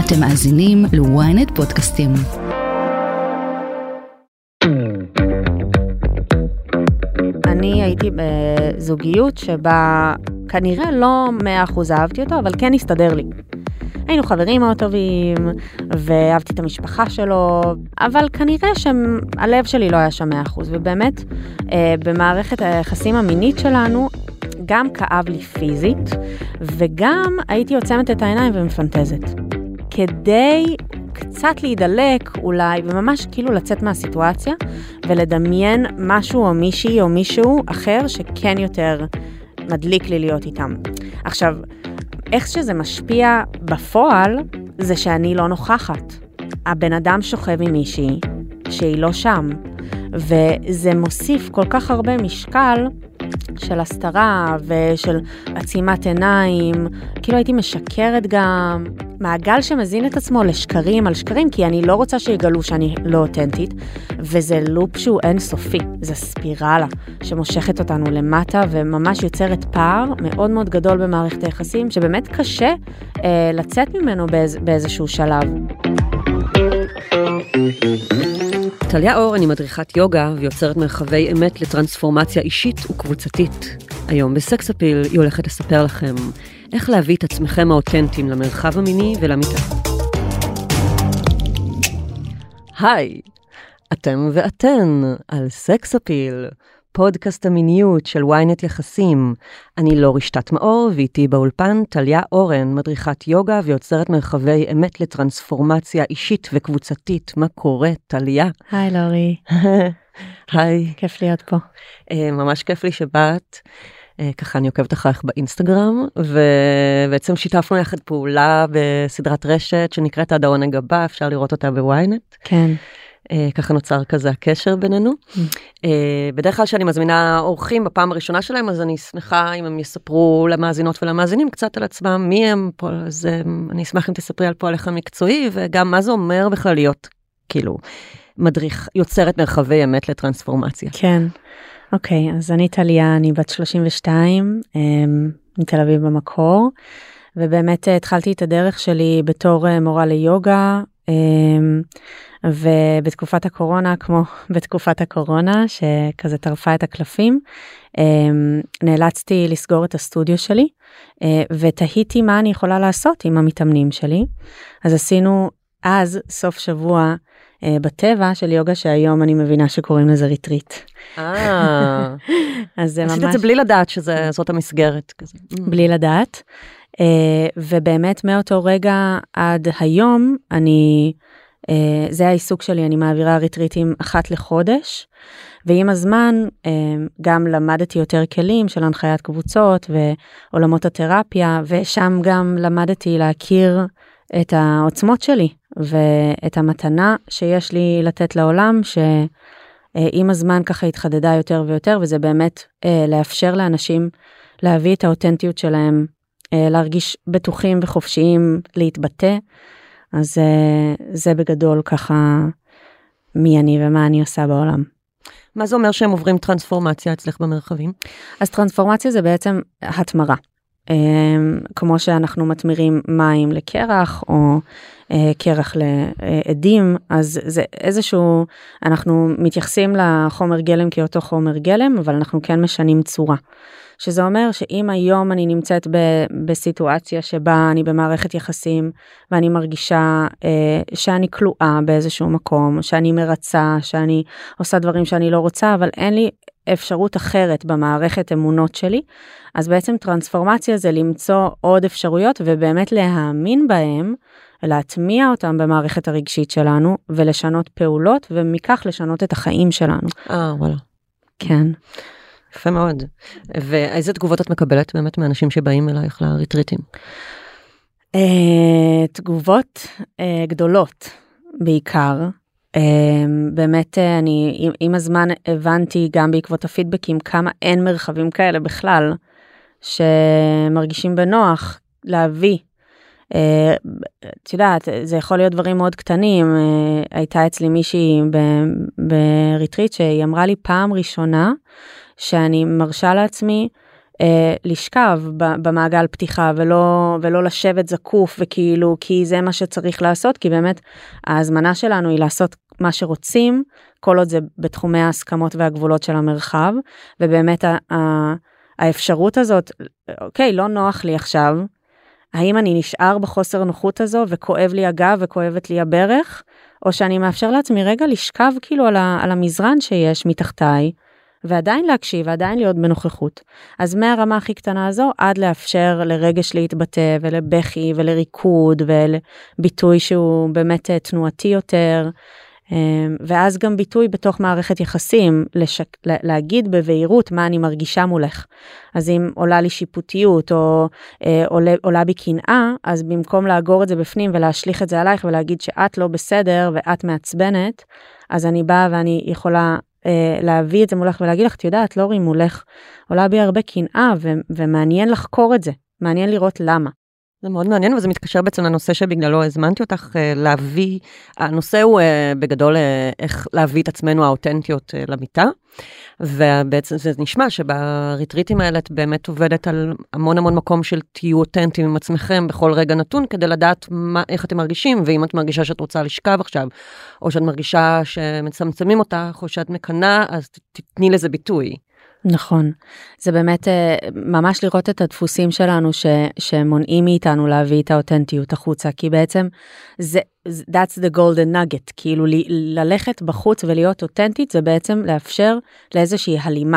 אתם מאזינים ל-ynet פודקאסטים. אני הייתי בזוגיות שבה כנראה לא 100% אהבתי אותו, אבל כן הסתדר לי. היינו חברים מאוד טובים, ואהבתי את המשפחה שלו, אבל כנראה שהלב שלי לא היה שם 100%, ובאמת, במערכת היחסים המינית שלנו, גם כאב לי פיזית, וגם הייתי עוצמת את העיניים ומפנטזת. כדי קצת להידלק אולי, וממש כאילו לצאת מהסיטואציה, ולדמיין משהו או מישהי או מישהו אחר שכן יותר מדליק לי להיות איתם. עכשיו, איך שזה משפיע בפועל, זה שאני לא נוכחת. הבן אדם שוכב עם מישהי שהיא לא שם, וזה מוסיף כל כך הרבה משקל של הסתרה ושל עצימת עיניים, כאילו הייתי משקרת גם, מעגל שמזין את עצמו לשקרים על שקרים, כי אני לא רוצה שיגלו שאני לא אותנטית, וזה לופ שהוא אינסופי, זה ספירלה שמושכת אותנו למטה, וממש יוצרת פער מאוד מאוד גדול במערכת היחסים, שבאמת קשה לצאת ממנו באיזשהו שלב. טליה אור, אני מדריכת יוגה ויוצרת מרחבי אמת לטרנספורמציה אישית וקבוצתית. היום בסקס אפיל היא הולכת לספר לכם איך להביא את עצמכם האותנטיים למרחב המיני ולמיטה. היי, אתם ואתן על סקס אפיל, פודקאסט המיניות של ynet יחסים. אני לא רשתת מאור, ואיתי באולפן טליה אורן, מדריכת יוגה ויוצרת מרחבי אמת לטרנספורמציה אישית וקבוצתית. מה קורה, טליה? היי לורי. היי. כיף להיות פה. ממש כיף לי שבאת. ככה אני עוקבת אחריך באינסטגרם, ובעצם שיתפנו יחד פעולה בסדרת רשת שנקראת עד העונג הבא, אפשר לראות אותה בוויינט. כן. ככה נוצר כזה הקשר בינינו. בדרך כלל שאני מזמינה אורחים בפעם הראשונה שלהם, אז אני שמחה אם הם יספרו למאזינות ולמאזינים קצת על עצמם, מי הם פה, אז אני אשמח אם תספרי על פועלך המקצועי, וגם מה זה אומר בכלל להיות, כאילו, מדריך, יוצרת מרחבי אמת לטרנספורמציה. כן. אוקיי, אז אני טליה, אני בת 32, מתל אביב במקור, ובאמת התחלתי את הדרך שלי בתור מורה ליוגה, ובתקופת הקורונה, כמו בתקופת הקורונה, שכזה טרפה את הקלפים, נאלצתי לסגור את הסטודיו שלי, ותהיתי מה אני יכולה לעשות עם המתאמנים שלי. אז עשינו אז סוף שבוע בטבע של יוגה, שהיום אני מבינה שקוראים לזה ריטריט. אז זה ממש... עשית את זה בלי לדעת שזאת המסגרת כזה. בלי לדעת. ובאמת מאותו רגע עד היום, זה העיסוק שלי, אני מעבירה ריטריטים אחת לחודש, ועם הזמן גם למדתי יותר כלים של הנחיית קבוצות ועולמות התרפיה, ושם גם למדתי להכיר את העוצמות שלי, ואת המתנה שיש לי לתת לעולם, שעם הזמן ככה התחדדה יותר ויותר, וזה באמת לאפשר לאנשים להביא את האותנטיות שלהם, להרגיש בטוחים וחופשיים להתבטא. אז זה בגדול ככה מי אני ומה אני עושה בעולם. מה זה אומר שהם עוברים טרנספורמציה אצלך במרחבים? אז טרנספורמציה זה בעצם התמרה. כמו שאנחנו מתמירים מים לקרח או קרח לעדים, אז זה איזשהו, אנחנו מתייחסים לחומר גלם כאותו חומר גלם, אבל אנחנו כן משנים צורה. שזה אומר שאם היום אני נמצאת בסיטואציה שבה אני במערכת יחסים, ואני מרגישה שאני כלואה באיזשהו מקום, שאני מרצה, שאני עושה דברים שאני לא רוצה, אבל אין לי אפשרות אחרת במערכת אמונות שלי, אז בעצם טרנספורמציה זה למצוא עוד אפשרויות, ובאמת להאמין בהם, להטמיע אותם במערכת הרגשית שלנו, ולשנות פעולות, ומכך לשנות את החיים שלנו. וואלה. כן. יפה מאוד. ואיזה תגובות את מקבלת באמת מאנשים שבאים אלייך לריטריטים? תגובות גדולות בעיקר. באמת אני עם הזמן הבנתי גם בעקבות הפידבקים כמה אין מרחבים כאלה בכלל שמרגישים בנוח להביא. את יודעת, זה יכול להיות דברים מאוד קטנים. הייתה אצלי מישהי בריטריט שהיא אמרה לי פעם ראשונה שאני מרשה לעצמי לשכב במעגל פתיחה ולא לשבת זקוף וכאילו כי זה מה שצריך לעשות, כי באמת ההזמנה שלנו היא לעשות מה שרוצים, כל עוד זה בתחומי ההסכמות והגבולות של המרחב, ובאמת האפשרות הזאת, אוקיי, לא נוח לי עכשיו, האם אני נשאר בחוסר נוחות הזו וכואב לי הגב וכואבת לי הברך, או שאני מאפשר לעצמי רגע לשכב כאילו על המזרן שיש מתחתיי, ועדיין להקשיב, ועדיין להיות בנוכחות. אז מהרמה הכי קטנה הזו, עד לאפשר לרגש להתבטא, ולבכי, ולריקוד, ולביטוי שהוא באמת תנועתי יותר, ואז גם ביטוי בתוך מערכת יחסים, להגיד בבהירות מה אני מרגישה מולך. אז אם עולה לי שיפוטיות, או עולה בי קנאה, אז במקום לאגור את זה בפנים, ולהשליך את זה עלייך, ולהגיד שאת לא בסדר, ואת מעצבנת, אז אני באה ואני יכולה להביא את זה מולך ולהגיד לך, את יודעת, לורי מולך עולה בי הרבה קנאה, ומעניין לחקור את זה, מעניין לראות למה. זה מאוד מעניין, וזה מתקשר בעצם לנושא שבגללו הזמנתי אותך להביא, הנושא הוא בגדול איך להביא את עצמנו האותנטיות למיטה, ובעצם זה נשמע שבריטריטים האלה את באמת עובדת על המון המון מקום של תהיו אותנטיים עם עצמכם בכל רגע נתון, כדי לדעת איך אתם מרגישים, ואם את מרגישה שאת רוצה לשכב עכשיו, או שאת מרגישה שמצמצמים אותך, או שאת מקנה, אז תתני לזה ביטוי. נכון, זה באמת ממש לראות את הדפוסים שלנו שמונעים מאיתנו להביא את האותנטיות החוצה, כי בעצם that's the golden nugget, כאילו ללכת בחוץ ולהיות אותנטית זה בעצם לאפשר לאיזושהי הלימה,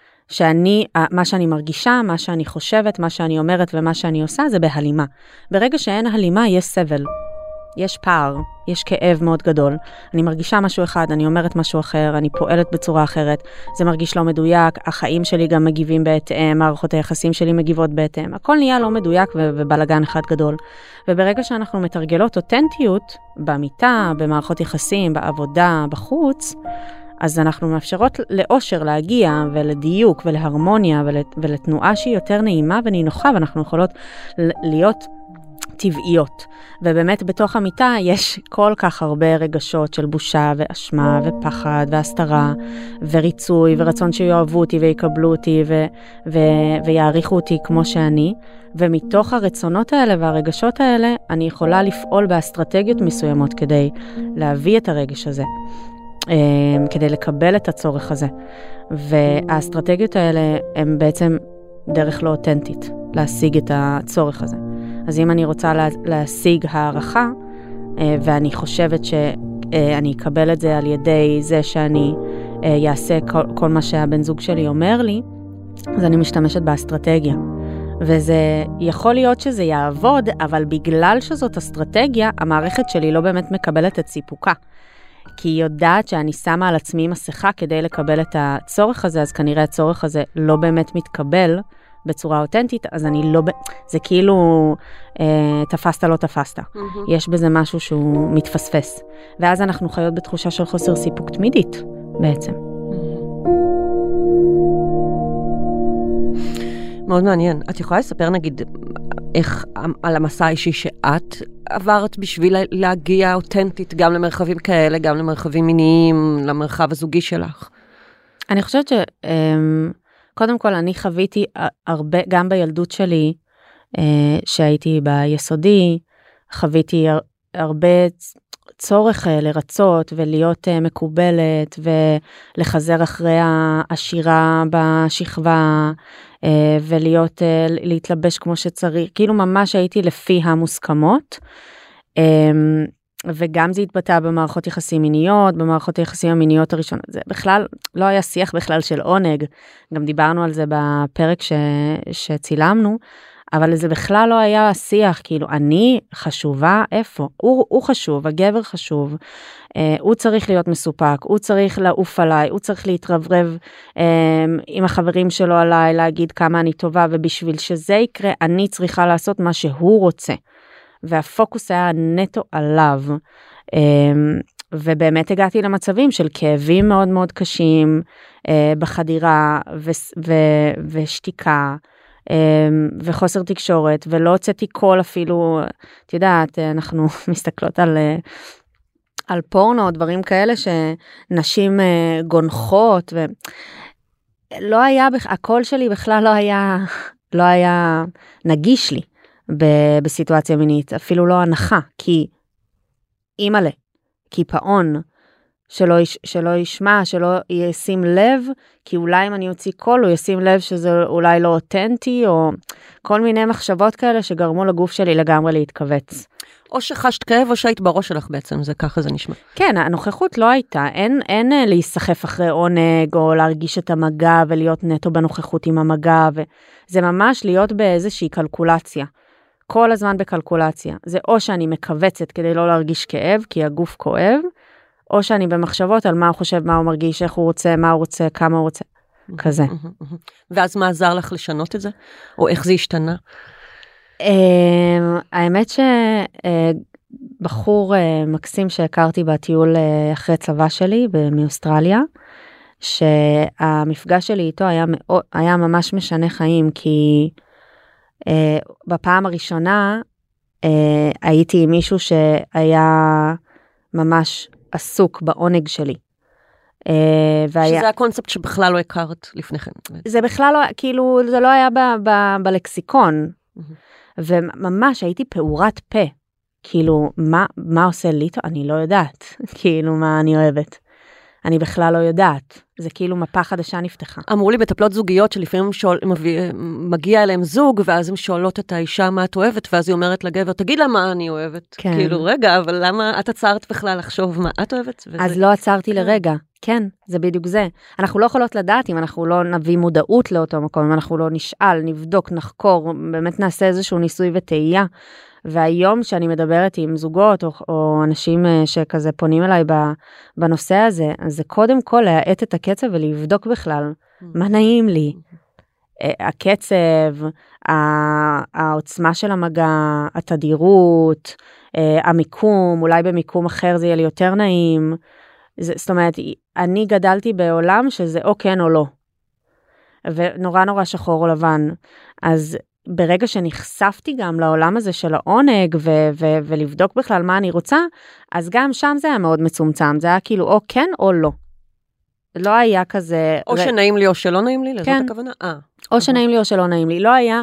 מה שאני מרגישה, מה שאני חושבת, מה שאני אומרת ומה שאני עושה זה בהלימה. ברגע שאין הלימה יש סבל. יש פער, יש כאב מאוד גדול, אני מרגישה משהו אחד, אני אומרת משהו אחר, אני פועלת בצורה אחרת, זה מרגיש לא מדויק, החיים שלי גם מגיבים בהתאם, מערכות היחסים שלי מגיבות בהתאם, הכל נהיה לא מדויק ובלגן אחד גדול. וברגע שאנחנו מתרגלות אותנטיות, במיטה, במערכות יחסים, בעבודה, בחוץ, אז אנחנו מאפשרות לאושר להגיע ולדיוק ולהרמוניה ולתנועה שהיא יותר נעימה ונינוחה, ואנחנו יכולות להיות טבעיות. ובאמת בתוך המיטה יש כל כך הרבה רגשות של בושה ואשמה ופחד והסתרה וריצוי ורצון שיאהבו אותי ויקבלו אותי ויעריכו אותי כמו שאני. ומתוך הרצונות האלה והרגשות האלה אני יכולה לפעול באסטרטגיות מסוימות כדי להביא את הרגש הזה. כדי לקבל את הצורך הזה. והאסטרטגיות האלה הן בעצם דרך לא אותנטית להשיג את הצורך הזה. אז אם אני רוצה להשיג הערכה, ואני חושבת שאני אקבל את זה על ידי זה שאני יעשה כל מה שהבן זוג שלי אומר לי, אז אני משתמשת באסטרטגיה. וזה יכול להיות שזה יעבוד, אבל בגלל שזאת אסטרטגיה, המערכת שלי לא באמת מקבלת את סיפוקה. כי היא יודעת שאני שמה על עצמי מסכה כדי לקבל את הצורך הזה, אז כנראה הצורך הזה לא באמת מתקבל בצורה אותנטית, אז אני לא, זה כאילו תפסת לא תפסת. יש בזה משהו שהוא מתפספס. ואז אנחנו חיות בתחושה של חוסר סיפוק תמידית, בעצם. מאוד מעניין. את יכולה לספר נגיד איך על המסע האישי שאת עברת בשביל להגיע אותנטית גם למרחבים כאלה, גם למרחבים מיניים, למרחב הזוגי שלך? אני חושבת קודם כל אני חוויתי הרבה, גם בילדות שלי, שהייתי ביסודי, חוויתי הרבה צורך לרצות ולהיות מקובלת ולחזר אחרי השירה בשכבה ולהיות, להתלבש כמו שצריך, כאילו ממש הייתי לפי המוסכמות, וגם זה התבטא במערכות יחסים מיניות, במערכות היחסים המיניות הראשונות, זה בכלל לא היה שיח בכלל של עונג, גם דיברנו על זה בפרק שצילמנו, אבל זה בכלל לא היה שיח, כאילו אני חשובה איפה, הוא חשוב, הגבר חשוב, הוא צריך להיות מסופק, הוא צריך לעוף עליי, הוא צריך להתרברב עם החברים שלו עליי, להגיד כמה אני טובה, ובשביל שזה יקרה, אני צריכה לעשות מה שהוא רוצה. והפוקוס היה נטו עליו, ובאמת הגעתי למצבים של כאבים מאוד מאוד קשים, בחדירה ושתיקה, וחוסר תקשורת, ולא הוצאתי קול אפילו, את יודעת, אנחנו מסתכלות על פורנו, דברים כאלה שנשים גונחות, לא היה, הקול שלי בכלל לא היה נגיש לי בסיטואציה מינית, אפילו לא הנחה, כי אימאלה, קיפאון, שלא ישמע, שלא ישים לב, כי אולי אם אני אוציא קול, הוא ישים לב שזה אולי לא אותנטי, או כל מיני מחשבות כאלה שגרמו לגוף שלי לגמרי להתכווץ. או שחשת כאב, או שהיית בראש שלך בעצם, ככה זה נשמע. כן, הנוכחות לא הייתה, אין להיסחף אחרי עונג, או להרגיש את המגע, ולהיות נטו בנוכחות עם המגע, זה ממש להיות באיזושהי קלקולציה. כל הזמן בקלקולציה. זה או שאני מקווצת כדי לא להרגיש כאב, כי הגוף כואב, או שאני במחשבות על מה הוא חושב, מה הוא מרגיש, איך הוא רוצה, מה הוא רוצה, כמה הוא רוצה, כזה. ואז מה עזר לך לשנות את זה? או איך זה השתנה? האמת שבחור מקסים שהכרתי בטיול אחרי צבא שלי מאוסטרליה, שהמפגש שלי איתו היה ממש משנה חיים, כי בפעם הראשונה הייתי עם מישהו שהיה ממש עסוק בעונג שלי. שזה הקונספט שבכלל לא הכרת לפני כן. זה בכלל לא, כאילו, זה לא היה בלקסיקון. וממש הייתי פעורת פה. כאילו, מה עושה לי? אני לא יודעת. כאילו, מה אני אוהבת. אני בכלל לא יודעת. זה כאילו מפה חדשה נפתחה. אמרו לי מטפלות זוגיות שלפעמים מגיע אליהם זוג, ואז הן שואלות את האישה מה את אוהבת, ואז היא אומרת לגבר, תגיד לה מה אני אוהבת. כן. כאילו, רגע, אבל למה את עצרת בכלל לחשוב מה את אוהבת? אז לא עצרתי לרגע. כן, זה בדיוק זה. אנחנו לא יכולות לדעת אם אנחנו לא נביא מודעות לאותו מקום, אם אנחנו לא נשאל, נבדוק, נחקור, באמת נעשה איזשהו ניסוי וטעייה. והיום שאני מדברת עם זוגות או אנשים שכזה פונים אליי בנושא הזה, אז זה קודם כל להאט את הקצב ולבדוק בכלל מה נעים לי. הקצב, העוצמה של המגע, התדירות, המיקום, אולי במיקום אחר זה יהיה לי יותר נעים. זאת אומרת, אני גדלתי בעולם שזה או כן או לא. ונורא נורא שחור או לבן. אז ברגע שנחשפתי גם לעולם הזה של העונג, ולבדוק בכלל מה אני רוצה, אז גם שם זה היה מאוד מצומצם, זה היה כאילו או כן או לא. לא היה כזה... או שנעים לי או שלא נעים לי, לזאת הכוונה? או שנעים לי או שלא נעים לי. לא היה,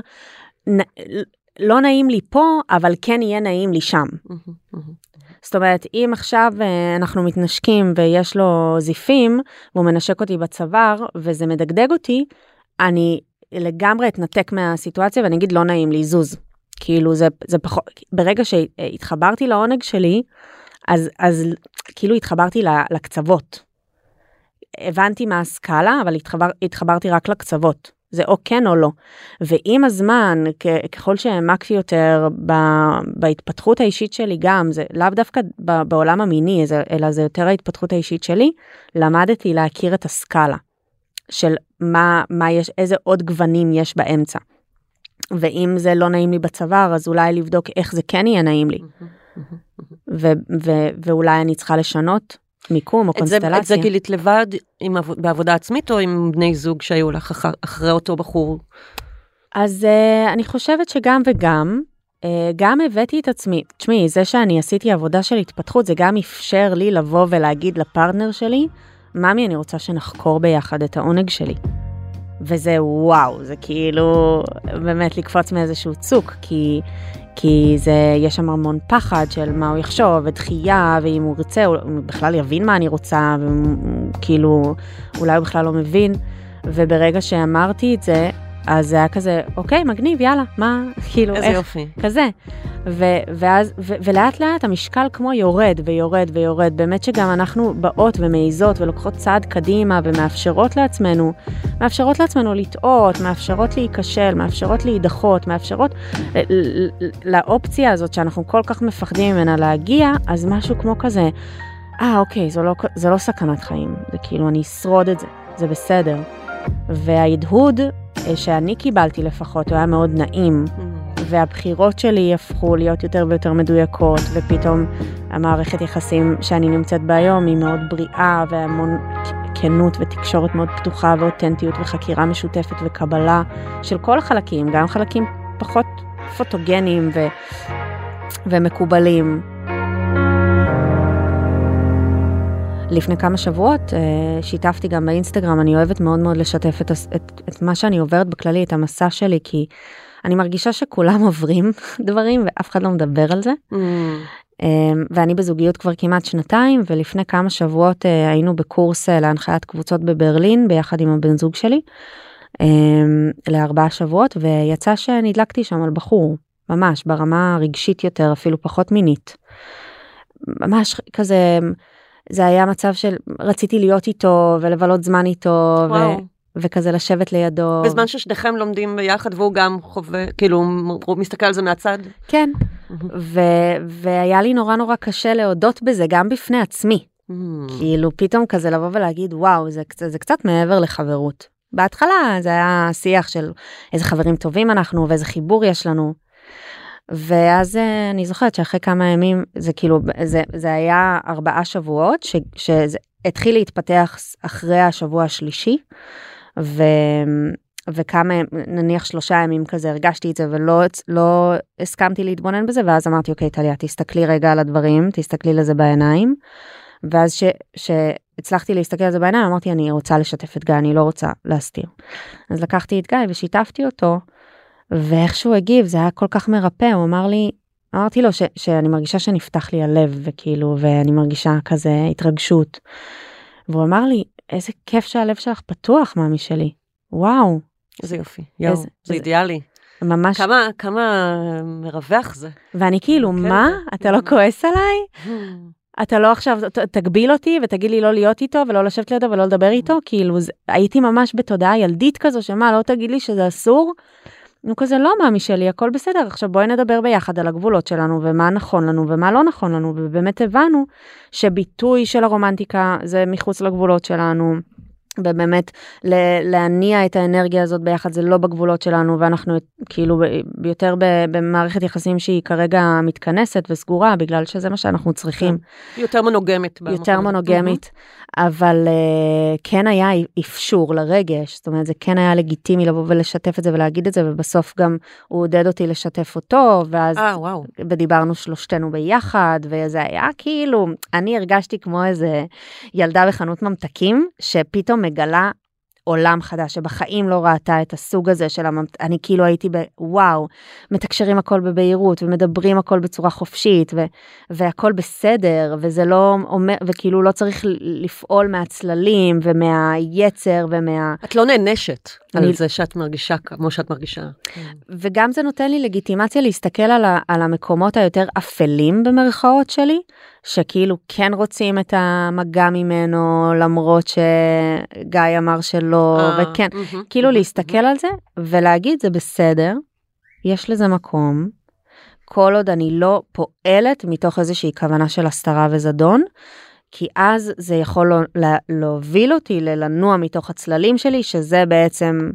לא נעים לי פה, אבל כן יהיה נעים לי שם. זאת אומרת, אם עכשיו אנחנו מתנשקים ויש לו זיפים, והוא מנשק אותי בצוואר, וזה מדגדג אותי, אני לגמרי אתנתק מהסיטואציה, ואני אגיד לא נעים לי, זוז. כאילו זה פחות, ברגע שהתחברתי לעונג שלי, אז כאילו התחברתי לקצוות. הבנתי מה הסקאלה, אבל התחברתי רק לקצוות. זה או כן או לא. ועם הזמן, ככל שהעמקתי יותר בהתפתחות האישית שלי גם, זה לאו דווקא בעולם המיני, אלא זה יותר ההתפתחות האישית שלי, למדתי להכיר את הסקאלה. של מה יש, איזה עוד גוונים יש באמצע. ואם זה לא נעים לי בצוואר, אז אולי לבדוק איך זה כן יהיה נעים לי. ואולי אני צריכה לשנות מיקום או קונסטלציה. את זה גילית לבד בעבודה עצמית, או עם בני זוג שהיו לך אחרי אותו בחור? אז אני חושבת שגם וגם, גם הבאתי את עצמי, תשמעי, זה שאני עשיתי עבודה של התפתחות, זה גם אפשר לי לבוא ולהגיד לפרטנר שלי, ממי, אני רוצה שנחקור ביחד את העונג שלי. וזה וואו, זה כאילו באמת לקפוץ מאיזשהו צוק, כי יש שם המון פחד של מה הוא יחשוב, ודחייה, ואם הוא רוצה, הוא בכלל יבין מה אני רוצה, וכאילו אולי הוא בכלל לא מבין. וברגע שאמרתי את זה, אז זה היה כזה, אוקיי, מגניב, יאללה, מה, כאילו, איזה איך, יופי. כזה. ולאט לאט המשקל כמו יורד ויורד ויורד, באמת שגם אנחנו באות ומעיזות ולוקחות צעד קדימה ומאפשרות לעצמנו לטעות, מאפשרות להיכשל, מאפשרות להידחות, מאפשרות לאופציה הזאת שאנחנו כל כך מפחדים ממנה להגיע, אז משהו כמו כזה, אוקיי, זה לא סכנת חיים, זה כאילו אני אשרוד את זה, זה בסדר. וההדהוד שאני קיבלתי לפחות, הוא היה מאוד נעים, והבחירות שלי הפכו להיות יותר ויותר מדויקות, ופתאום המערכת יחסים שאני נמצאת בה היום היא מאוד בריאה, והמון כנות ותקשורת מאוד פתוחה, ואותנטיות וחקירה משותפת וקבלה של כל החלקים, גם חלקים פחות פוטוגניים ומקובלים. לפני כמה שבועות שיתפתי גם באינסטגרם, אני אוהבת מאוד מאוד לשתף את מה שאני עוברת בכללי, את המסע שלי, כי אני מרגישה שכולם עוברים דברים ואף אחד לא מדבר על זה. ואני בזוגיות כבר כמעט 2 ולפני כמה שבועות היינו בקורס להנחיית קבוצות בברלין ביחד עם הבן זוג שלי, ל4 שבועות, ויצא שנדלקתי שם על בחור, ממש ברמה הרגשית יותר, אפילו פחות מינית. ממש כזה, זה היה מצב של רציתי להיות איתו ולבלות זמן איתו, וכזה לשבת לידו. בזמן ששניכם לומדים ביחד והוא גם חווה, כאילו הוא מסתכל על זה מהצד? כן, והיה לי נורא נורא קשה להודות בזה גם בפני עצמי. כאילו פתאום כזה לבוא ולהגיד וואו, זה קצת מעבר לחברות. בהתחלה זה היה שיח של איזה חברים טובים אנחנו ואיזה חיבור יש לנו. ואז אני זוכרת שאחרי כמה ימים זה כאילו, זה היה 4 שבועות שזה התחיל להתפתח אחרי השבוע השלישי, וכמה, נניח 3 ימים כזה, הרגשתי את זה ולא הסכמתי להתבונן בזה, ואז אמרתי, אוקיי, טליה, תסתכלי רגע על הדברים, תסתכלי לזה בעיניים, ואז שהצלחתי להסתכל על זה בעיניים, אמרתי, אני רוצה לשתף את גיא, אני לא רוצה להסתיר. אז לקחתי את גיא ושיתפתי אותו, ואיך שהוא הגיב, זה היה כל כך מרפא, הוא אמר לי, אמרתי לו שאני מרגישה שנפתח לי הלב, וכאילו, ואני מרגישה כזה התרגשות. והוא אמר לי, איזה כיף שהלב שלך פתוח, מאמי שלי. וואו. איזה יופי. יואו, זה אידיאלי. ממש. כמה מרווח זה. ואני כאילו, מה? אתה לא כועס עליי? אתה לא עכשיו תגביל אותי ותגיד לי לא להיות איתו ולא לשבת לידו ולא לדבר איתו? כאילו, הייתי ממש בתודעה ילדית כזו, שמה, לא תגיד לי שזה אסור? נו כזה, לא מאמי שלי, הכל בסדר. עכשיו בואי נדבר ביחד על הגבולות שלנו ומה נכון לנו ומה לא נכון לנו, ובאמת הבנו שביטוי של הרומנטיקה זה מחוץ לגבולות שלנו, ובאמת להניע את האנרגיה הזאת ביחד זה לא בגבולות שלנו, ואנחנו כאילו יותר במערכת יחסים שהיא כרגע מתכנסת וסגורה, בגלל שזה מה שאנחנו צריכים. יותר מונוגמית. יותר מונוגמית, אבל כן היה אפשור לרגש, זאת אומרת זה כן היה לגיטימי לבוא ולשתף את זה ולהגיד את זה, ובסוף גם הוא עודד אותי לשתף אותו, ואז ודיברנו 3 ביחד, וזה היה כאילו, אני הרגשתי כמו איזה ילדה בחנות ממתקים, שפתאום מגלה עולם חדש, שבחיים לא ראתה את הסוג הזה של אני כאילו הייתי בוואו, מתקשרים הכל בבהירות, ומדברים הכל בצורה חופשית, והכל בסדר, וזה לא אומר, וכאילו לא צריך לפעול מהצללים, ומהיצר, את לא נענשת על זה שאת מרגישה כמו שאת מרגישה. וגם זה נותן לי לגיטימציה להסתכל על המקומות היותר אפלים במרכאות שלי, שכאילו כן רוצים את המגע ממנו, למרות שגיא אמר שלא, וכן, כאילו להסתכל על זה, ולהגיד זה בסדר, יש לזה מקום, כל עוד אני לא פועלת מתוך איזושהי כוונה של הסתרה וזדון, כי אז זה יכול להוביל אותי ללנוע מתוך הצללים שלי, שזה בעצם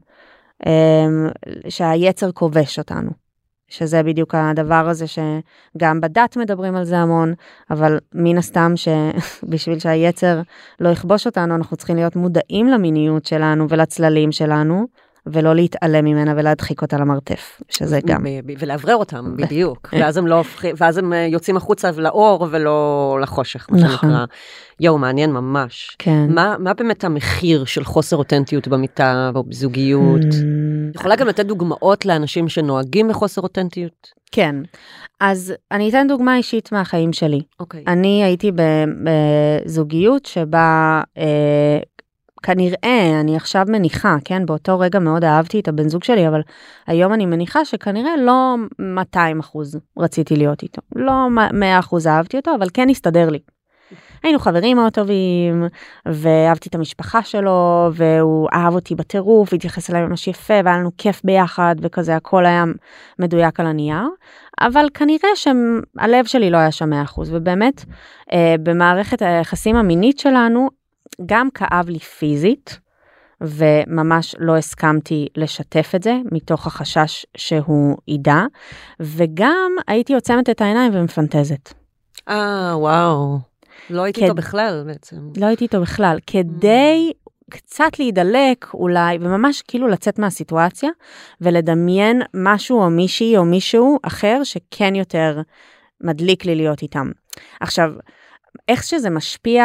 שהיצר כובש אותנו. שזה בדיוק הדבר הזה שגם בדת מדברים על זה המון, אבל מן הסתם שבשביל שהיצר לא יכבוש אותנו, אנחנו צריכים להיות מודעים למיניות שלנו ולצללים שלנו, ולא להתעלם ממנה ולהדחיק אותה למרתף, שזה גם. ולעברר אותם, בדיוק. ואז הם יוצאים החוצה לאור ולא לחושך, מה שנקרא. יואו, מעניין ממש. כן. מה באמת המחיר של חוסר אותנטיות במיטה או בזוגיות? יכולה גם לתת דוגמאות לאנשים שנוהגים בחוסר אותנטיות? כן. אז אני אתן דוגמה אישית מהחיים שלי. אוקיי. אני הייתי בזוגיות שבה כנראה, אני עכשיו מניחה, כן, באותו רגע מאוד אהבתי את הבן זוג שלי, אבל היום אני מניחה שכנראה לא 200% רציתי להיות איתו. לא 100% אהבתי אותו, אבל כן הסתדר לי. היינו חברים מאוד טובים, ואהבתי את המשפחה שלו, והוא אהב אותי בטירוף, והתייחס אליי ממש יפה, והיה לנו כיף ביחד, וכזה הכל היה מדויק על הנייר, אבל כנראה שהלב שלי לא היה שם 100%, ובאמת, במערכת היחסים המינית שלנו, גם כאב לי פיזית, וממש לא הסכמתי לשתף את זה, מתוך החשש שהוא ידע, וגם הייתי עוצמת את העיניים ומפנטזת. וואו. לא הייתי איתו בכלל בעצם. לא הייתי איתו בכלל. כדי קצת להידלק אולי, וממש כאילו לצאת מהסיטואציה, ולדמיין משהו או מישהי או מישהו אחר, שכן יותר מדליק לי להיות איתם. עכשיו, איך שזה משפיע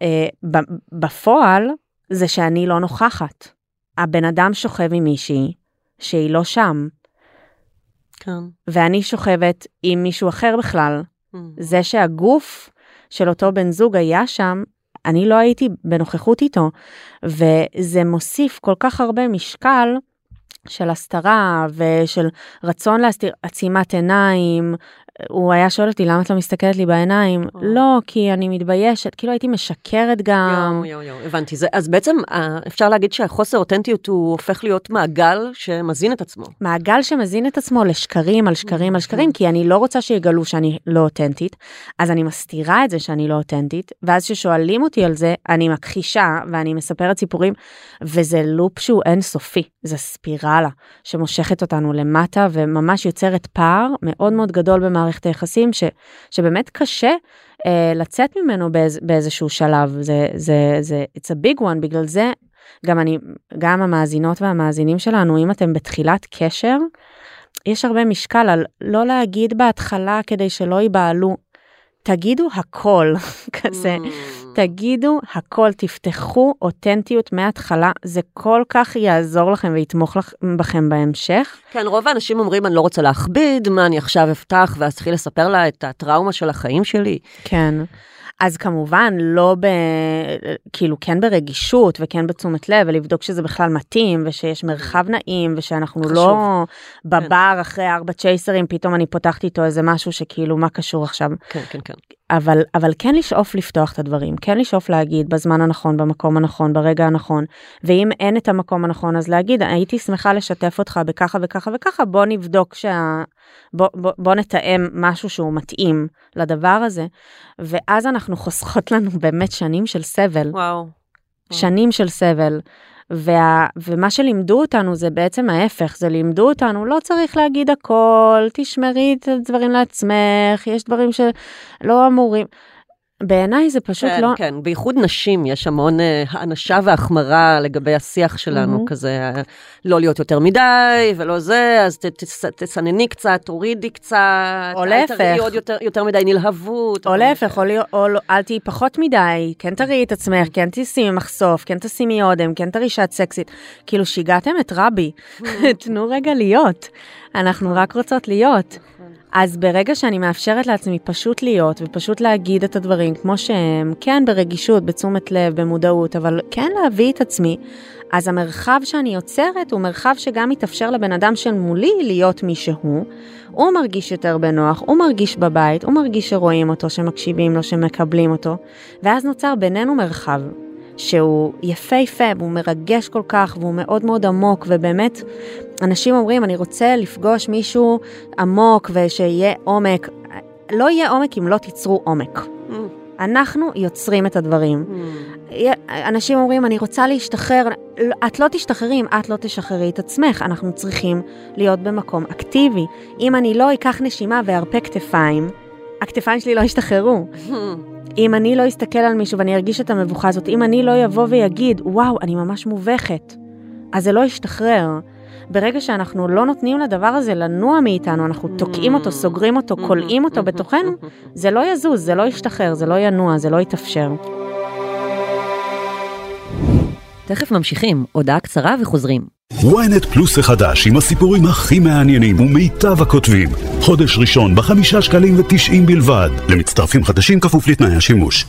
בפועל זה שאני לא נוכחת. הבן אדם שוכב עם מישהי שהיא לא שם. כן. ואני שוכבת עם מישהו אחר בכלל. זה שהגוף של אותו בן זוג היה שם, אני לא הייתי בנוכחות איתו. וזה מוסיף כל כך הרבה משקל של הסתרה ושל רצון להסתיר, עצימת עיניים. הוא היה שואל אותי, למה את לא מסתכלת לי בעיניים? לא, כי אני מתביישת, כאילו הייתי משקרת גם. הבנתי. אז בעצם אפשר להגיד שהחוסר אותנטיות הוא הופך להיות מעגל שמזין את עצמו. מעגל שמזין את עצמו לשקרים על שקרים על שקרים, כי אני לא רוצה שיגלו שאני לא אותנטית, אז אני מסתירה את זה שאני לא אותנטית, ואז ששואלים אותי על זה, אני מכחישה ואני מספרת סיפורים, וזה לופ שהוא אינסופי, זה ספירלה שמושכת אותנו למטה, וממש יוצרת פער מאוד מאוד גדול במערכת היחסים, שבאמת קשה לצאת ממנו באיזשהו שלב. זה it's a big one, בגלל זה גם המאזינות והמאזינים שלנו, אם אתם בתחילת קשר, יש הרבה משקל על לא להגיד בהתחלה כדי שלא ייבעלו. תגידו הכל, כזה, תגידו הכל, תפתחו אותנטיות מההתחלה, זה כל כך יעזור לכם ויתמוך בכם בהמשך. כן, רוב האנשים אומרים, אני לא רוצה להכביד, מה אני עכשיו אפתח, ואז תחיל לספר לה את הטראומה של החיים שלי. כן. אז כמובן לא כאילו כן ברגישות וכן בתשומת לב, ולבדוק שזה בכלל מתאים, ושיש מרחב נעים, ושאנחנו לא בבר אחרי 4 צ'ייסרים, פתאום אני פותחת איתו איזה משהו שכאילו מה קשור עכשיו. כן, כן, כן. אבל כן לשאוף לפתוח את הדברים, כן לשאוף להגיד בזמן הנכון, במקום הנכון, ברגע הנכון, ואם אין את המקום הנכון, אז להגיד, הייתי שמחה לשתף אותך בככה וככה וככה, בוא נבדוק בוא נתאם משהו שהוא מתאים לדבר הזה, ואז אנחנו חוסכות לנו באמת שנים של סבל. וואו. שנים של סבל. ומה שלימדו אותנו זה בעצם ההפך, זה לימדו אותנו, לא צריך להגיד הכל, תשמרי את הדברים לעצמך, יש דברים שלא אמורים. בעיניי זה פשוט כן, לא... כן, בייחוד נשים יש המון האנשה והחמרה לגבי השיח שלנו, כזה לא להיות יותר מדי ולא זה, אז תסנני קצת, תורידי קצת, או להפך. אל תראי עוד יותר מדי נלהבות. או להפך, או אל תהי פחות מדי, כן תראי את עצמך, כן תשימי מחשוף, כן תשימי אודם, כן תראי שאת סקסית. כאילו שיגעתם את רבי, תנו רגע להיות. אנחנו רק רוצות להיות. אז ברגע שאני מאפשרת לעצמי פשוט להיות, ופשוט להגיד את הדברים כמו שהם, כן ברגישות, בתשומת לב, במודעות, אבל כן להביא את עצמי, אז המרחב שאני יוצרת הוא מרחב שגם יתאפשר לבן אדם של מולי להיות מי שהוא, הוא מרגיש יותר בנוח, הוא מרגיש בבית, הוא מרגיש שרואים אותו, שמקשיבים לו, שמקבלים אותו, ואז נוצר בינינו מרחב שהוא יפה, והוא מרגש כל כך, והוא מאוד מאוד עמוק, ובאמת, אנשים אומרים, אני רוצה לפגוש מישהו עמוק, ושיהיה עומק. לא יהיה עומק אם לא תיצרו עומק. אנחנו יוצרים את הדברים. אנשים אומרים, אני רוצה להשתחרר, את לא תשתחררי אם את לא תשחררי את עצמך, אנחנו צריכים להיות במקום אקטיבי. אם אני לא אקח נשימה וארפה כתפיים, הכתפיים שלי לא ישתחררו. אם אני לא אסתכל על מישהו ואני ארגיש את המבוכה הזאת, אם אני לא יבוא ויגיד, וואו, אני ממש מובכת, אז זה לא ישתחרר. ברגע שאנחנו לא נותנים לדבר הזה לנוע מאיתנו, אנחנו תוקעים אותו, סוגרים אותו, קולעים אותו בתוכנו, זה לא יזוז, זה לא ישתחרר, זה לא ינוע, זה לא יתאפשר. תכף ממשיכים, הודעה קצרה וחוזרים. ynet פלוס החדש עם הסיפורים הכי מעניינים ומיטב הכותבים. חודש ראשון ב5.90 שקלים בלבד. למצטרפים חדשים כפוף לתנאי השימוש.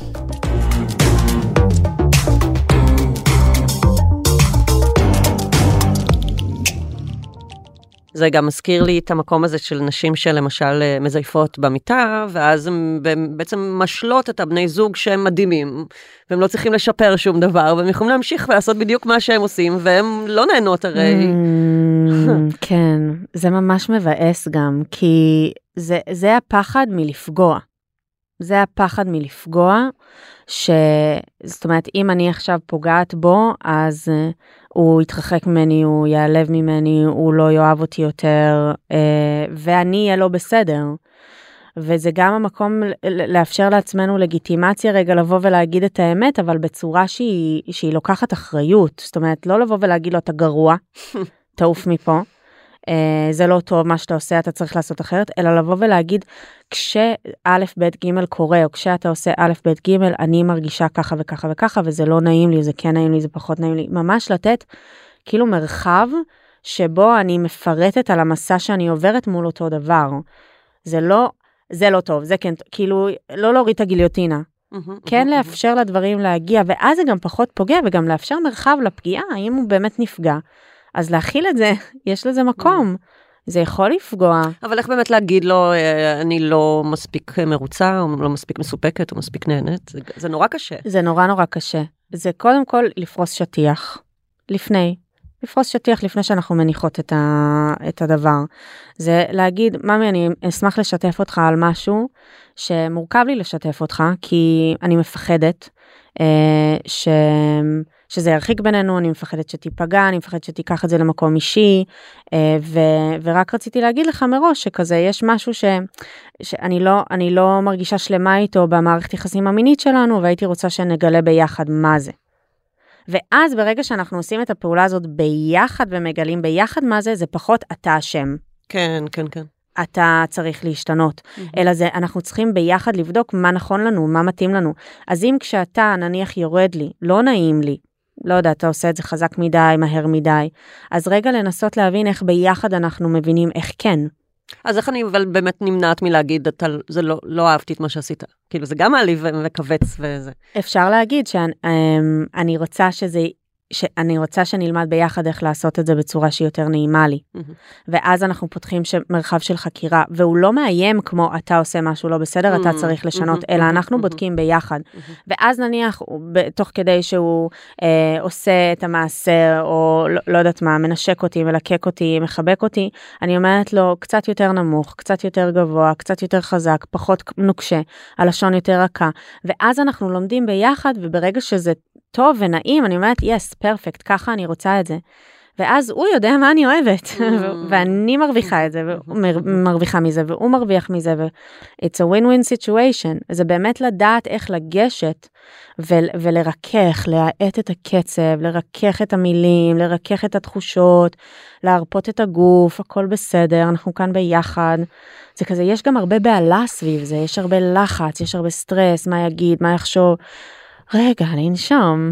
זה גם מזכיר לי את המקום הזה של נשים שלמשל מזייפות במיטה, ואז הן בעצם משלות את הבני זוג שהם מדהימים, והם לא צריכים לשפר שום דבר, והם יכולים להמשיך ולעשות בדיוק מה שהם עושים, והם לא נהנות הרי. כן, זה ממש מבאס גם, כי זה הפחד מלפגוע. זה הפחד מלפגוע, זאת אומרת, אם אני עכשיו פוגעת בו, אז הוא יתרחק ממני, הוא יעלב ממני, הוא לא יאהב אותי יותר, ואני אהיה לא בסדר. וזה גם המקום לאפשר לעצמנו לגיטימציה רגע לבוא ולהגיד את האמת, אבל בצורה שהיא לוקחת אחריות. זאת אומרת, לא לבוא ולהגיד לו, אתה גרוע, תעוף מפה, זה לא טוב מה שאתה עושה, אתה צריך לעשות אחרת, אלא לבוא ולהגיד, כשא' ב' ג' קורה, או כשאתה עושה א' ב' ג', אני מרגישה ככה וככה וככה, וזה לא נעים לי, זה כן נעים לי, זה פחות נעים לי. ממש לתת כאילו מרחב, שבו אני מפרטת על המסע שאני עוברת מול אותו דבר. זה לא טוב, זה כן, כאילו, לא להוריד את הגיליוטינה. כן לאפשר לדברים להגיע, ואז זה גם פחות פוגע, וגם לאפשר מרחב לפגיעה, האם הוא באמת נפגע. אז להכיל את זה, יש לזה מקום. זה יכול לפגוע. אבל איך באמת להגיד לו, אני לא מספיק מרוצה, או לא מספיק מסופקת, או מספיק נהנית? זה נורא קשה. זה נורא נורא קשה. זה קודם כל לפרוס שטיח. לפרוס שטיח לפני שאנחנו מניחות את הדבר. זה להגיד, ממי, אני אשמח לשתף אותך על משהו שמורכב לי לשתף אותך, כי אני מפחדת שזה ירחיק בינינו, אני מפחדת שתיפגע, אני מפחדת שתיקח את זה למקום אישי, ורק רציתי להגיד לך מראש שכזה יש משהו שאני לא מרגישה שלמה איתו במערכת יחסים המינית שלנו, והייתי רוצה שנגלה ביחד מה זה. ואז ברגע שאנחנו עושים את הפעולה הזאת ביחד ומגלים ביחד מה זה, זה פחות אתה אשם. כן, כן, כן. אתה צריך להשתנות. אלא זה, אנחנו צריכים ביחד לבדוק מה נכון לנו, מה מתאים לנו. אז אם כשאתה נניח יורד לי, לא נעים לי, לא יודע, אתה עושה את זה חזק מדי, מהר מדי, אז רגע לנסות להבין איך ביחד אנחנו מבינים איך כן. אז איך אני אבל באמת נמנעת מלהגיד, זה לא אהבתי את מה שעשית. כאילו זה גם מעליב וכווץ וזה. אפשר להגיד שאני רוצה שנלמד ביחד איך לעשות את זה בצורה שהיא יותר נעימה לי. ואז אנחנו פותחים מרחב של חקירה, והוא לא מאיים כמו אתה עושה משהו לא בסדר, אתה צריך לשנות, אלא אנחנו בודקים ביחד. ואז נניח, תוך כדי שהוא עושה את המעשה, או לא יודעת מה, מנשק אותי, מלקק אותי, מחבק אותי, אני אומרת לו, קצת יותר נמוך, קצת יותר גבוה, קצת יותר חזק, פחות נוקשה, הלשון יותר רכה. ואז אנחנו לומדים ביחד, וברגע שזה טוב ונעים, אני אומרת, yes, perfect, ככה אני רוצה את זה. ואז הוא יודע מה אני אוהבת, ואני מרוויחה את זה, והוא מרוויחה מזה, והוא מרוויח מזה, it's a win-win situation. זה באמת לדעת איך לגשת, ולרכך, להאט את הקצב, לרכך את המילים, לרכך את התחושות, להרפות את הגוף, הכל בסדר, אנחנו כאן ביחד. זה כזה, יש גם הרבה בעלה סביב זה, יש הרבה לחץ, יש הרבה סטרס, מה יגיד, מה יחשוב. רגע, לנשום.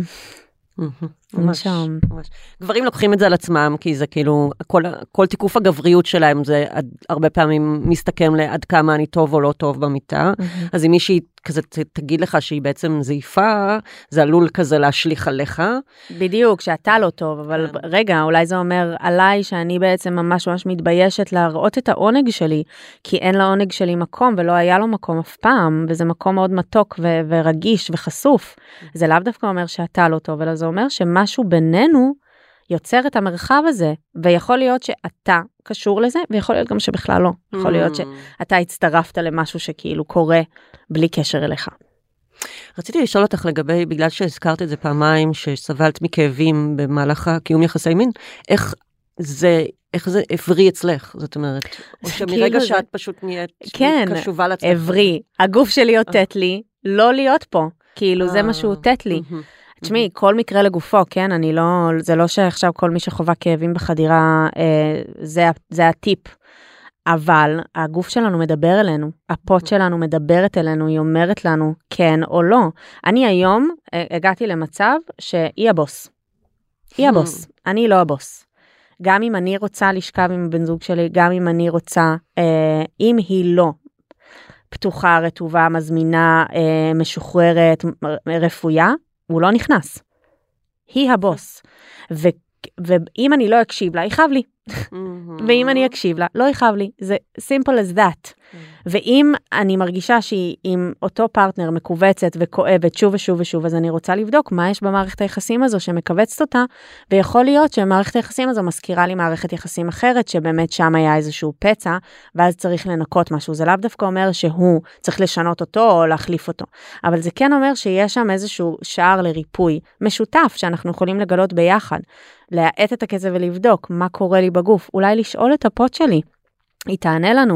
ממש. גברים לוקחים את זה על עצמם, כי זה כאילו, כל תיקוף הגבריות שלהם, זה הרבה פעמים מסתכם לעד כמה אני טוב או לא טוב במיטה. אז אם מישהי כזה תגיד לך שהיא בעצם זעיפה, זה עלול כזה להשליך עליך. בדיוק, שאתה לא טוב, אבל רגע, אולי זה אומר עליי שאני בעצם ממש מתביישת להראות את העונג שלי, כי אין לעונג שלי מקום, ולא היה לו מקום אף פעם, וזה מקום מאוד מתוק ורגיש וחשוף. זה לאו דווקא אומר שאתה לא טוב, אלא זה אומר שמשהו בינינו יוצר את המרחב הזה, ויכול להיות שאתה קשור לזה, ויכול להיות גם שבכלל לא. יכול להיות שאתה הצטרפת למשהו שכאילו קורה בלי קשר אליך. רציתי לשאול אותך לגבי, בגלל שהזכרת את זה פעמיים, שסבלת מכאבים במהלך הקיום יחסי מין, איך זה עברי אצלך, זאת אומרת, או שמרגע שאת פשוט נהיית קשובה לעצמך. כן, עברי. הגוף שלי אותת לי לא להיות פה, כאילו זה מה שהוא אותת לי. תשמעי, כל מקרה לגופו, כן? זה לא שעכשיו כל מי שחובה כאבים בחדירה, זה הטיפ. אבל הגוף שלנו מדבר אלינו, הפות שלנו מדברת אלינו, היא אומרת לנו כן או לא. אני היום הגעתי למצב שהיא הבוס. היא הבוס, אני לא הבוס. גם אם אני רוצה לשכב עם הבן זוג שלי, גם אם אני רוצה, אם היא לא פתוחה, רטובה, מזמינה, משוחררת, רפויה, הוא לא נכנס. היא הבוס. ואם אני לא אקשיב לה, יכאב לי. ואם אני אקשיב לה, לא יכאב לי. זה simple as that. ואם אני מרגישה שהיא עם אותו פרטנר מקובצת וכואבת שוב ושוב ושוב, אז אני רוצה לבדוק מה יש במערכת היחסים הזו שמקבצת אותה, ויכול להיות שמערכת היחסים הזו מזכירה לי מערכת יחסים אחרת, שבאמת שם היה איזשהו פצע, ואז צריך לנקות משהו. זה לאו דווקא אומר שהוא צריך לשנות אותו או להחליף אותו. אבל זה כן אומר שיש שם איזשהו שער לריפוי משותף, שאנחנו יכולים לגלות ביחד, להאט את הקצב ולבדוק מה קורה לי בגוף, אולי לשאול את הפות שלי, היא תענה לנו.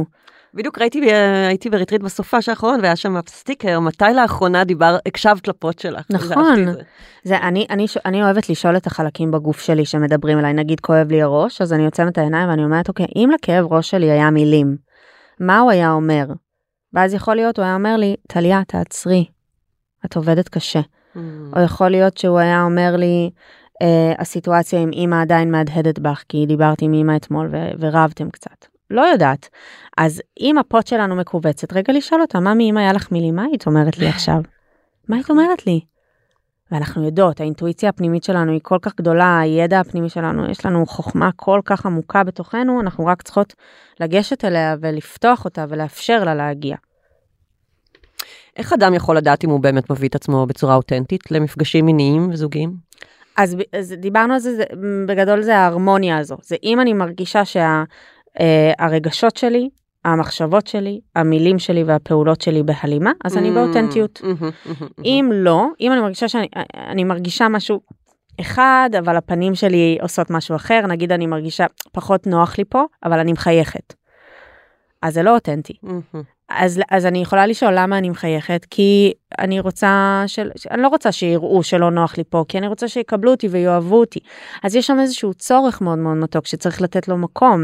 בדיוק הייתי בריטריט בסופש האחרון, והיה שם סטיקר, מתי לאחרונה הקשבת לפוד שלך? נכון. אני אוהבת לשאול את החלקים בגוף שלי שמדברים אליי, נגיד כואב לי הראש, אז אני יוצאת את העיניים ואני אומרת, אוקיי, אם לכאב ראש שלי היה מילים, מה הוא היה אומר? ואז יכול להיות, הוא היה אומר לי, טליה, תעצרי, את עובדת קשה. או יכול להיות שהוא היה אומר לי, הסיטואציה עם אמא עדיין מהדהדת בך, כי דיברתי עם אמא אתמול ורבתם קצת. לא יודעת. אז אם הפוט שלנו מקובצת, רגע לשאול אותה, מה מאמא היה לך מילי? מה היית אומרת לי עכשיו? מה היית אומרת לי? ואנחנו יודעות, האינטואיציה הפנימית שלנו היא כל כך גדולה, הידע הפנימי שלנו, יש לנו חוכמה כל כך עמוקה בתוכנו, אנחנו רק צריכות לגשת אליה ולפתוח אותה ולאפשר לה להגיע. איך אדם יכול לדעת אם הוא באמת מביא את עצמו בצורה אותנטית למפגשים מיניים וזוגיים? אז דיברנו על זה, בגדול זה ההרמוניה הזו. זה אם אני מרגישה שהרגשות שלי, המחשבות שלי, המילים שלי והפעולות שלי בהלימה, אז אני באותנטיות. אם לא, אם אני מרגישה שאני מרגישה משהו אחד, אבל הפנים שלי עושות משהו אחר, נגיד אני מרגישה פחות נוח לי פה, אבל אני מחייכת. אז זה לא אותנטי. אז אני יכולה לשאול למה אני מחייכת, כי אני לא רוצה שיראו שלא נוח לי פה, כי אני רוצה שיקבלו אותי ויואהבו אותי. אז יש שם איזשהו צורך מאוד מאוד מתוק, שצריך לתת לו מקום.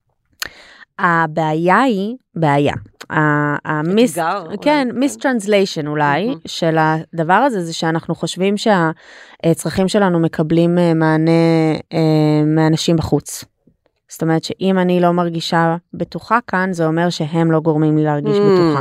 הבעיה היא, מיסטרנסליישן אולי, של הדבר הזה, זה שאנחנו חושבים שהצרכים שלנו מקבלים מענה מאנשים בחוץ. זאת אומרת שאם אני לא מרגישה בטוחה כאן, זה אומר שהם לא גורמים לי להרגיש בטוחה.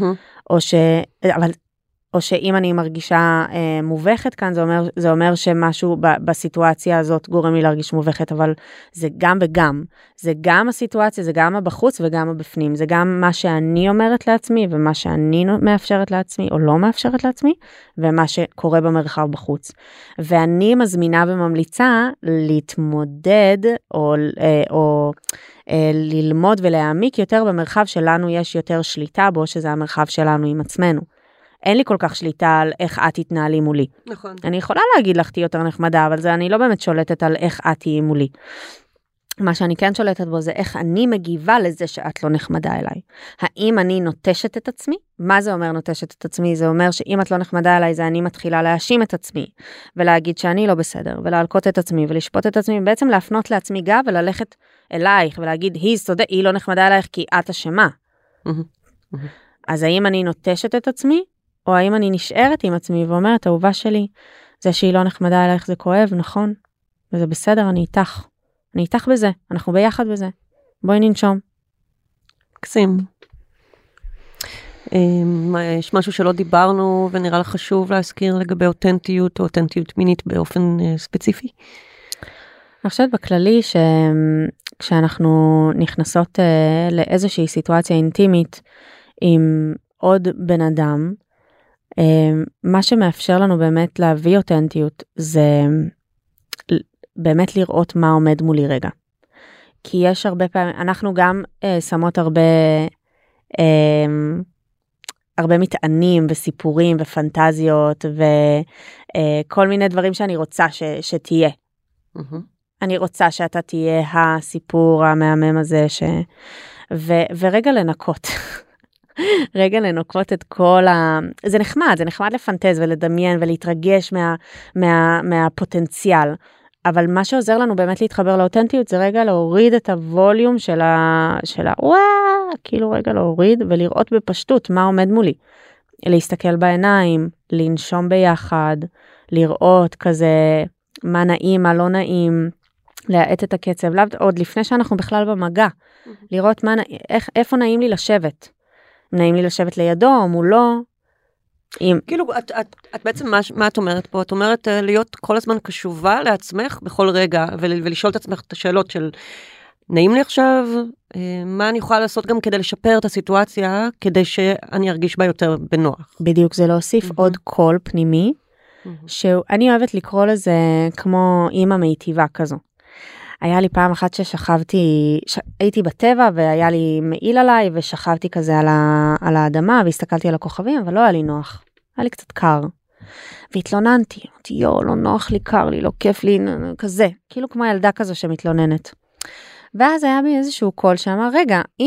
או שאם אני מרגישה מובכת כאן, זה אומר שמשהו בסיטואציה הזאת גורם לי להרגיש מובכת, אבל זה גם וגם. זה גם הסיטואציה, זה גם הבחוץ וגם הבפנים. זה גם מה שאני אומרת לעצמי, ומה שאני מאפשרת לעצמי, או לא מאפשרת לעצמי, ומה שקורה במרחב בחוץ. ואני מזמינה וממליצה להתמודד, או ללמוד ולהעמיק יותר במרחב שלנו יש יותר שליטה בו, שזה המרחב שלנו עם עצמנו. אין לי כל כך שליטה על איך את תתנהלי מולי. נכון. אני יכולה להגיד לך, תהי יותר נחמדה, אבל אני לא באמת שולטת על איך את תהיי מולי. מה שאני כן שולטת בו זה איך אני מגיבה לזה שאת לא נחמדה אליי. האם אני נוטשת את עצמי? מה זה אומר נוטשת את עצמי? זה אומר שאם את לא נחמדה אליי, זה אני מתחילה להאשים את עצמי, ולהגיד שאני לא בסדר, ולהלקות את עצמי, ולשפוט את עצמי, בעצם להפנות לעצמי גב, וללכת אלייך, ולהגיד, היא לא נחמדה אלייך כי את אשמה. אז האם אני נוטשת את עצמי? או האם אני נשארת עם עצמי ואומרת, האהובה שלי, זה שהיא לא נחמדה אלייך, זה כואב, נכון? וזה בסדר, אני איתך. אני איתך בזה, אנחנו ביחד בזה. בואי ננשום. קסים. יש משהו שלא דיברנו ונראה לך חשוב להזכיר לגבי אותנטיות או אותנטיות מינית באופן ספציפי? אני חושבת בכללי שכשאנחנו נכנסות לאיזושהי סיטואציה אינטימית עם עוד בן אדם, מה שמאפשר לנו באמת להביא אותנטיות זה באמת לראות מה עומד מולי רגע. כי יש הרבה פעמים, אנחנו גם שמות הרבה מטענים וסיפורים ופנטזיות וכל מיני דברים שאני רוצה שתהיה. אני רוצה שאתה תהיה הסיפור המהמם הזה ורגע לנקות. רגע לנוקות את כל זה נחמד לפנטז ולדמיין ולהתרגש מהפוטנציאל. אבל מה שעוזר לנו באמת להתחבר לאותנטיות זה רגע להוריד את הווליום של כאילו רגע להוריד ולראות בפשטות מה עומד מולי. להסתכל בעיניים, לנשום ביחד, לראות כזה מה נעים, מה לא נעים, להאט את הקצב, עוד לפני שאנחנו בכלל במגע, לראות איפה נעים לי לשבת. נעים לי לשבת לידו או מולו. כאילו, את בעצם, מה את אומרת פה? את אומרת להיות כל הזמן קשובה לעצמך בכל רגע, ולשאול את עצמך את השאלות של, נעים לי עכשיו, מה אני יכולה לעשות גם כדי לשפר את הסיטואציה, כדי שאני ארגיש בה יותר בנוח. בדיוק, זה להוסיף עוד קול פנימי, שאני אוהבת לקרוא לזה כמו אימא מיטיבה כזו. היה לי פעם אחת הייתי בטבע והיה לי מעיל עליי ושכבתי כזה על האדמה והסתכלתי על הכוכבים, אבל לא היה לי נוח. היה לי קצת קר. והתלוננתי, אמרתי, לא נוח לי, קר לי, לא כיף לי, כזה. כאילו כמו ילדה כזו שמתלוננת. ואז היה בי איזשהו קול שאמר, רגע, אם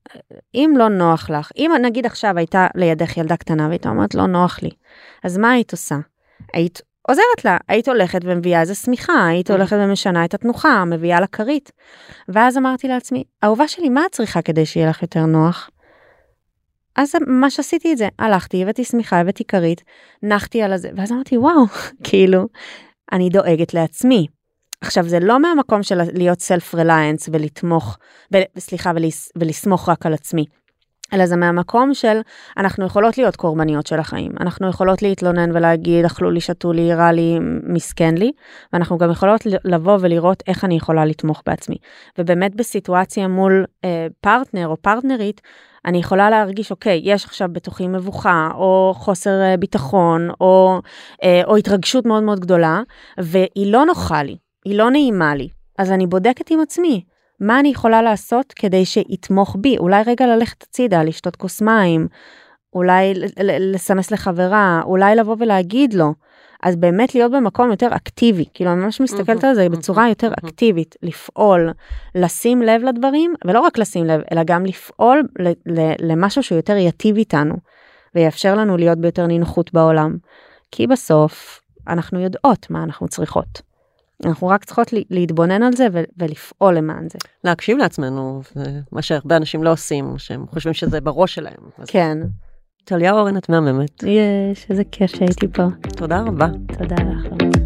אם לא נוח לך, אם נגיד עכשיו הייתה לידך ילדה קטנה, והיית אומרת, לא נוח לי, אז מה היית עושה? היית עוזרת לה, היית הולכת ומביאה איזה סמיכה, היית הולכת ומשנה את התנוחה, מביאה לה כרית. ואז אמרתי לעצמי, אהובה שלי, מה את צריכה כדי שיהיה לך יותר נוח? אז מה שעשיתי את זה, הלכתי, הבאתי סמיכה, הבאתי כרית, נחתי על זה, ואז אמרתי, וואו, כאילו, אני דואגת לעצמי. עכשיו, זה לא מהמקום של להיות self-reliance ולתמוך, ולסמוך רק על עצמי, אלא זה מהמקום של, אנחנו יכולות להיות קורבניות של החיים, אנחנו יכולות להתלונן ולהגיד, אכלו לי, שתו לי, רע לי, מסכן לי, ואנחנו גם יכולות לבוא ולראות איך אני יכולה לתמוך בעצמי. ובאמת בסיטואציה מול פרטנר או פרטנרית, אני יכולה להרגיש, אוקיי, יש עכשיו בתוכי מבוכה, או חוסר ביטחון, או התרגשות מאוד מאוד גדולה, והיא לא נוחה לי, היא לא נעימה לי. אז אני בודקת עם עצמי, מה אני יכולה לעשות כדי שיתמוך בי? אולי רגע ללכת הצידה, לשתות כוס מים, אולי לסמס לחברה, אולי לבוא ולהגיד לו. אז באמת להיות במקום יותר אקטיבי, כאילו אני ממש מסתכלת על זה בצורה יותר אקטיבית, לפעול, לשים לב לדברים, ולא רק לשים לב, אלא גם לפעול למשהו שהוא יותר יטיב איתנו, ויאפשר לנו להיות ביותר נינוחות בעולם. כי בסוף אנחנו יודעות מה אנחנו צריכות. אנחנו רק צריכות להתבונן על זה ולפעול למען זה. להקשיב לעצמנו, מה שהרבה אנשים לא עושים, שהם חושבים שזה בראש שלהם. כן. טליה אורן, את מהממת. יש, איזה כיף שהייתי פה. תודה רבה. תודה לך.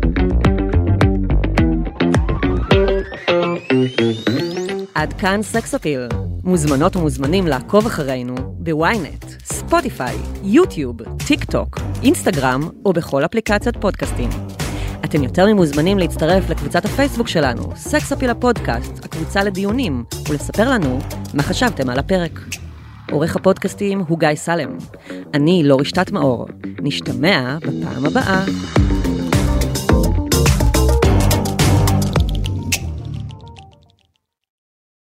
עד כאן סקס אפיל. מוזמנות ומוזמנים לעקוב אחרינו בוויינט, ספוטיפיי, יוטיוב, טיק טוק, אינסטגרם או בכל אפליקציות פודקאסטים. אתם יותר ממוזמנים להצטרף לקבוצת הפייסבוק שלנו, סקס אפיל הפודקאסט, הקבוצה לדיונים, ולספר לנו מה חשבתם על הפרק. עורך הפודקאסטים הוא גיא סלם. אני לא רשתת מאור. נשתמע בפעם הבאה.